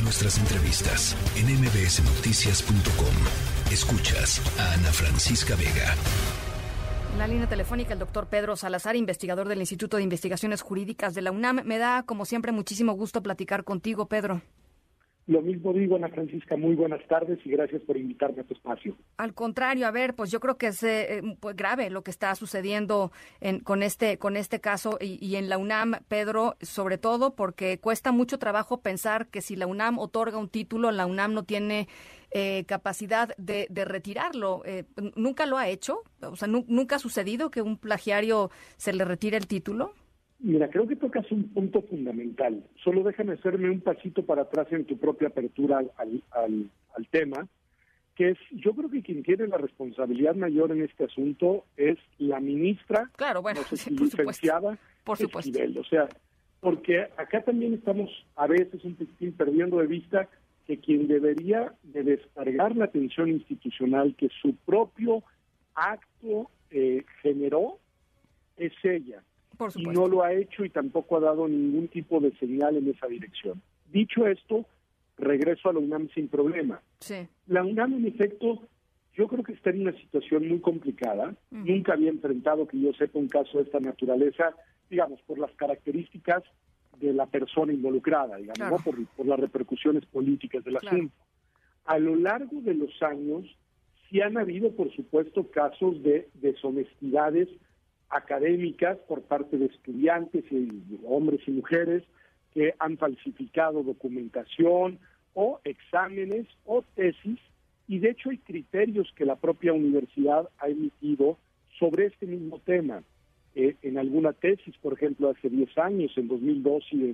Nuestras entrevistas en mbsnoticias.com. Escuchas a Ana Francisca Vega. En la línea telefónica, el doctor Pedro Salazar, investigador del Instituto de Investigaciones Jurídicas de la UNAM. Me da, como siempre, muchísimo gusto platicar contigo, Pedro. Lo mismo digo, Ana Francisca, muy buenas tardes y gracias por invitarme a tu espacio. Al contrario, a ver, pues yo creo que es pues grave lo que está sucediendo con este caso y en la UNAM, Pedro, sobre todo porque cuesta mucho trabajo pensar que si la UNAM otorga un título, la UNAM no tiene capacidad de retirarlo. ¿Nunca lo ha hecho? O sea, ¿nunca ha sucedido que un plagiario se le retire el título? Mira, creo que tocas un punto fundamental. Solo déjame hacerme un pasito para atrás en tu propia apertura al tema, que es, yo creo que quien tiene la responsabilidad mayor en este asunto es la ministra, claro, bueno, no sé si por licenciada, por supuesto. Esquivel. O sea, porque acá también estamos a veces un poquitín perdiendo de vista que quien debería de descargar la atención institucional que su propio acto generó es ella. Y no lo ha hecho y tampoco ha dado ningún tipo de señal en esa dirección. Dicho esto, regreso a la UNAM sin problema. Sí. La UNAM, en efecto, yo creo que está en una situación muy complicada. Nunca había enfrentado, que yo sepa, un caso de esta naturaleza, digamos, por las características de la persona involucrada, digamos, claro, ¿no? por las repercusiones políticas del asunto. A lo largo de los años, sí han habido, por supuesto, casos de deshonestidades académicas por parte de estudiantes, y hombres y mujeres, que han falsificado documentación o exámenes o tesis, y de hecho hay criterios que la propia universidad ha emitido sobre este mismo tema. En alguna tesis, por ejemplo, hace 10 años, en 2012,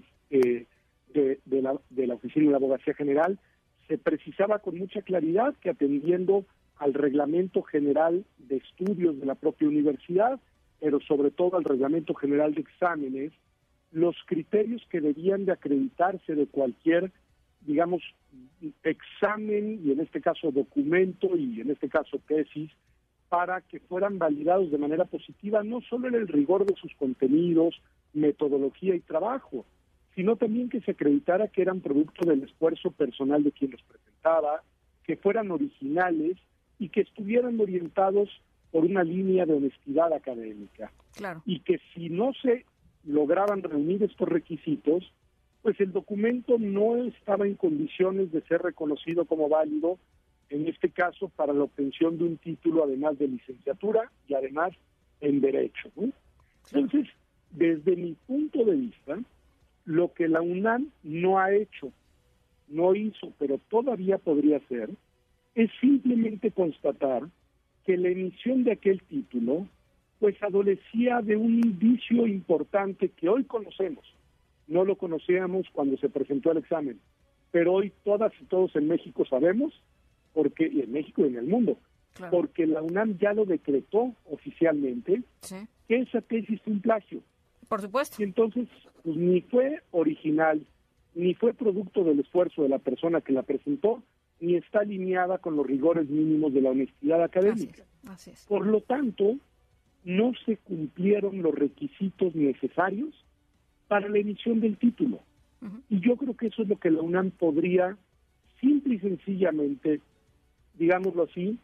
de la Oficina de la Abogacía General, se precisaba con mucha claridad que, atendiendo al Reglamento General de Estudios de la propia universidad, pero sobre todo al Reglamento General de Exámenes, los criterios que debían de acreditarse de cualquier, digamos, examen, y en este caso documento, y en este caso tesis, para que fueran validados de manera positiva, no solo en el rigor de sus contenidos, metodología y trabajo, sino también que se acreditara que eran producto del esfuerzo personal de quien los presentaba, que fueran originales y que estuvieran orientados por una línea de honestidad académica. Claro. Y que si no se lograban reunir estos requisitos, pues el documento no estaba en condiciones de ser reconocido como válido, en este caso para la obtención de un título, además de licenciatura y además en Derecho, ¿no? Entonces, desde mi punto de vista, lo que la UNAM no ha hecho, no hizo, pero todavía podría hacer, es simplemente constatar que la emisión de aquel título pues adolecía de un indicio importante que hoy conocemos. No lo conocíamos cuando se presentó el examen, pero hoy todas y todos en México sabemos, porque, y en México y en el mundo, claro, porque la UNAM ya lo decretó oficialmente, sí, que esa tesis fue un plagio. Por supuesto. Y entonces, pues ni fue original, ni fue producto del esfuerzo de la persona que la presentó, ni está alineada con los rigores mínimos de la honestidad académica. Así es. Por lo tanto, no se cumplieron los requisitos necesarios para la emisión del título. Y yo creo que eso es lo que la UNAM podría, simple y sencillamente, digámoslo así,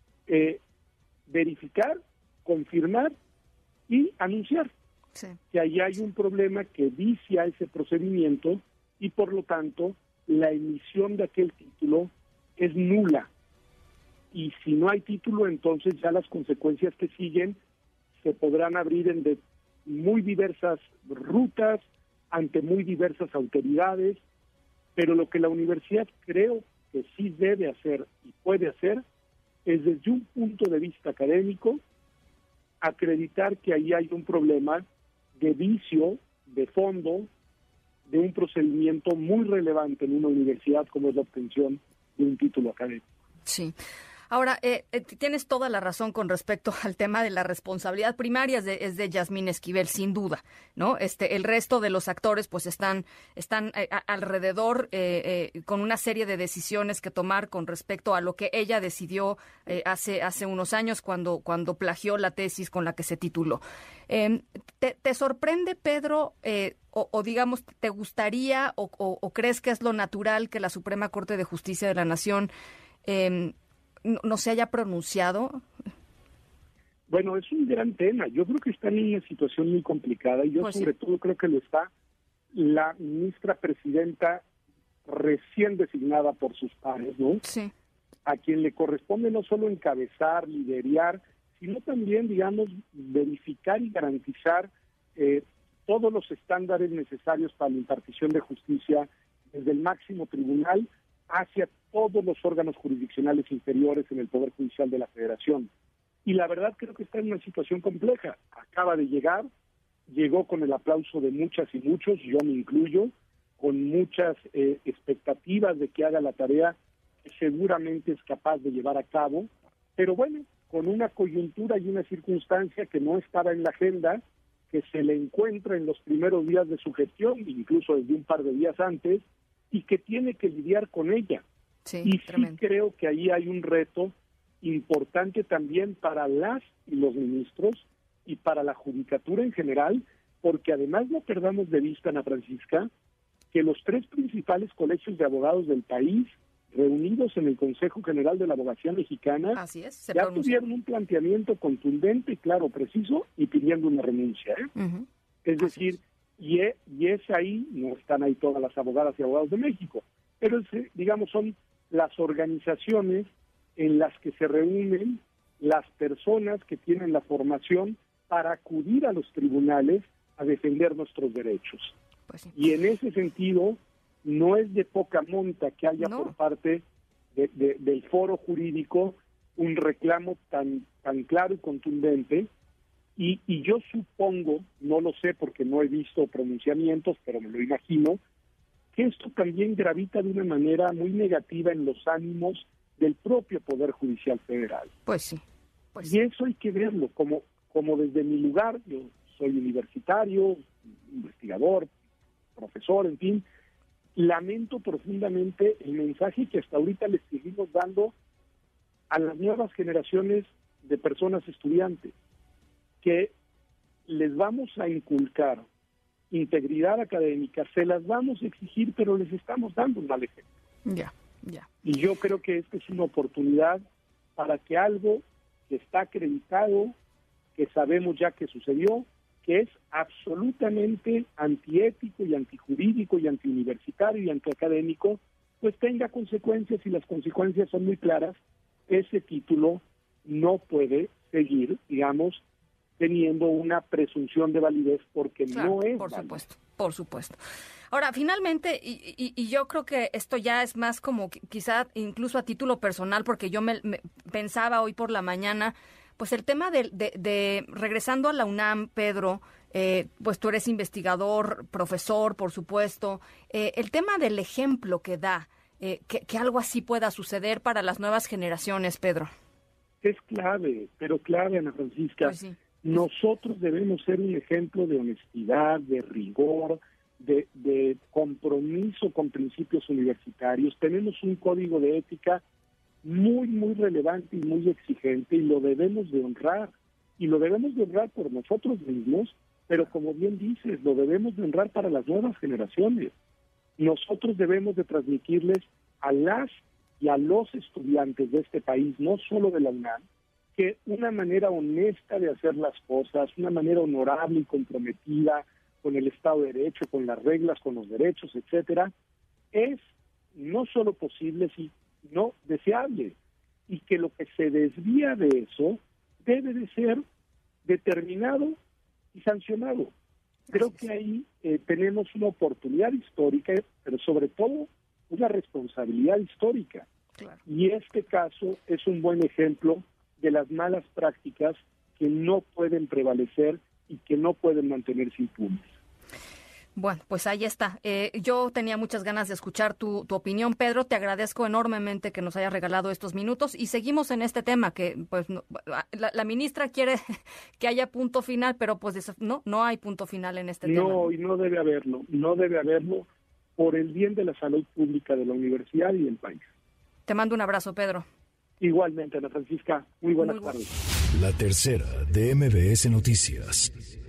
verificar, confirmar y anunciar que ahí hay un problema que vicia ese procedimiento y, por lo tanto, la emisión de aquel título es nula. Y si no hay título, entonces ya las consecuencias que siguen se podrán abrir en muy diversas rutas, ante muy diversas autoridades, pero lo que la universidad creo que sí debe hacer y puede hacer es, desde un punto de vista académico, acreditar que ahí hay un problema de vicio, de fondo, de un procedimiento muy relevante en una universidad como es la obtención de un título académico. Sí. Ahora, tienes toda la razón con respecto al tema de la responsabilidad primaria es de Yasmín Esquivel, sin duda, ¿no? El resto de los actores pues están alrededor con una serie de decisiones que tomar con respecto a lo que ella decidió hace unos años cuando plagió la tesis con la que se tituló. ¿Te sorprende, Pedro, o digamos, te gustaría o crees que es lo natural que la Suprema Corte de Justicia de la Nación no se haya pronunciado? Bueno, es un gran tema. Yo creo que está en una situación muy complicada y yo Pues sobre todo creo que lo está la ministra presidenta recién designada por sus pares, ¿no? Sí. A quien le corresponde no solo encabezar, liderar, sino también, digamos, verificar y garantizar todos los estándares necesarios para la impartición de justicia desde el máximo tribunal hacia todos los órganos jurisdiccionales inferiores en el Poder Judicial de la Federación. Y la verdad creo que está en una situación compleja. Acaba de llegar, llegó con el aplauso de muchas y muchos, yo me incluyo, con muchas expectativas de que haga la tarea que seguramente es capaz de llevar a cabo, pero bueno, con una coyuntura y una circunstancia que no estaba en la agenda, que se le encuentra en los primeros días de su gestión, incluso desde un par de días antes, y que tiene que lidiar con ella. Sí, y tremendo. Sí creo que ahí hay un reto importante también para las y los ministros y para la judicatura en general, porque además no perdamos de vista, Ana Francisca, que los 3 principales colegios de abogados del país, reunidos en el Consejo General de la Abogacía Mexicana, Así es, ya tuvieron un planteamiento contundente, claro, preciso, y pidiendo una renuncia. Uh-huh. Es decir, y es ahí, no están ahí todas las abogadas y abogados de México, pero digamos son las organizaciones en las que se reúnen las personas que tienen la formación para acudir a los tribunales a defender nuestros derechos. Pues sí. Y en ese sentido, no es de poca monta que haya por parte del foro jurídico un reclamo tan claro y contundente, y yo supongo, no lo sé porque no he visto pronunciamientos, pero me lo imagino, que esto también gravita de una manera muy negativa en los ánimos del propio Poder Judicial Federal. Pues sí. Y eso hay que verlo, como desde mi lugar, yo soy universitario, investigador, profesor, en fin, lamento profundamente el mensaje que hasta ahorita les seguimos dando a las nuevas generaciones de personas estudiantes, que les vamos a inculcar integridad académica, se las vamos a exigir, pero les estamos dando un mal ejemplo. Ya. Y yo creo que esta es una oportunidad para que algo que está acreditado, que sabemos ya que sucedió, que es absolutamente antiético y antijurídico y antiuniversitario y antiacadémico, pues tenga consecuencias, y las consecuencias son muy claras. Ese título no puede seguir, digamos, teniendo una presunción de validez porque claro, no es por válido. Por supuesto. Ahora, finalmente, y yo creo que esto ya es más como quizá incluso a título personal, porque yo me pensaba hoy por la mañana, pues el tema de regresando a la UNAM, Pedro, pues tú eres investigador, profesor, por supuesto, el tema del ejemplo que da, que algo así pueda suceder para las nuevas generaciones, Pedro. Es clave, pero clave, Ana Francisca. Pues sí. Nosotros debemos ser un ejemplo de honestidad, de rigor, de compromiso con principios universitarios. Tenemos un código de ética muy, muy relevante y muy exigente, y lo debemos de honrar. Y lo debemos de honrar por nosotros mismos, pero como bien dices, lo debemos de honrar para las nuevas generaciones. Nosotros debemos de transmitirles a las y a los estudiantes de este país, no solo de la UNAM, que una manera honesta de hacer las cosas, una manera honorable y comprometida con el Estado de Derecho, con las reglas, con los derechos, etcétera, es no solo posible, sino deseable, y que lo que se desvía de eso debe de ser determinado y sancionado. Creo que ahí tenemos una oportunidad histórica, pero sobre todo una responsabilidad histórica. Claro. Y este caso es un buen ejemplo de las malas prácticas que no pueden prevalecer y que no pueden mantenerse impunes. Bueno, pues ahí está. Yo tenía muchas ganas de escuchar tu opinión, Pedro. Te agradezco enormemente que nos hayas regalado estos minutos y seguimos en este tema que pues la ministra quiere que haya punto final, pero pues no hay punto final en este tema. No, y no debe haberlo por el bien de la salud pública de la universidad y del país. Te mando un abrazo, Pedro. Igualmente, Ana Francisca, muy buenas tardes. La tercera de MBS Noticias.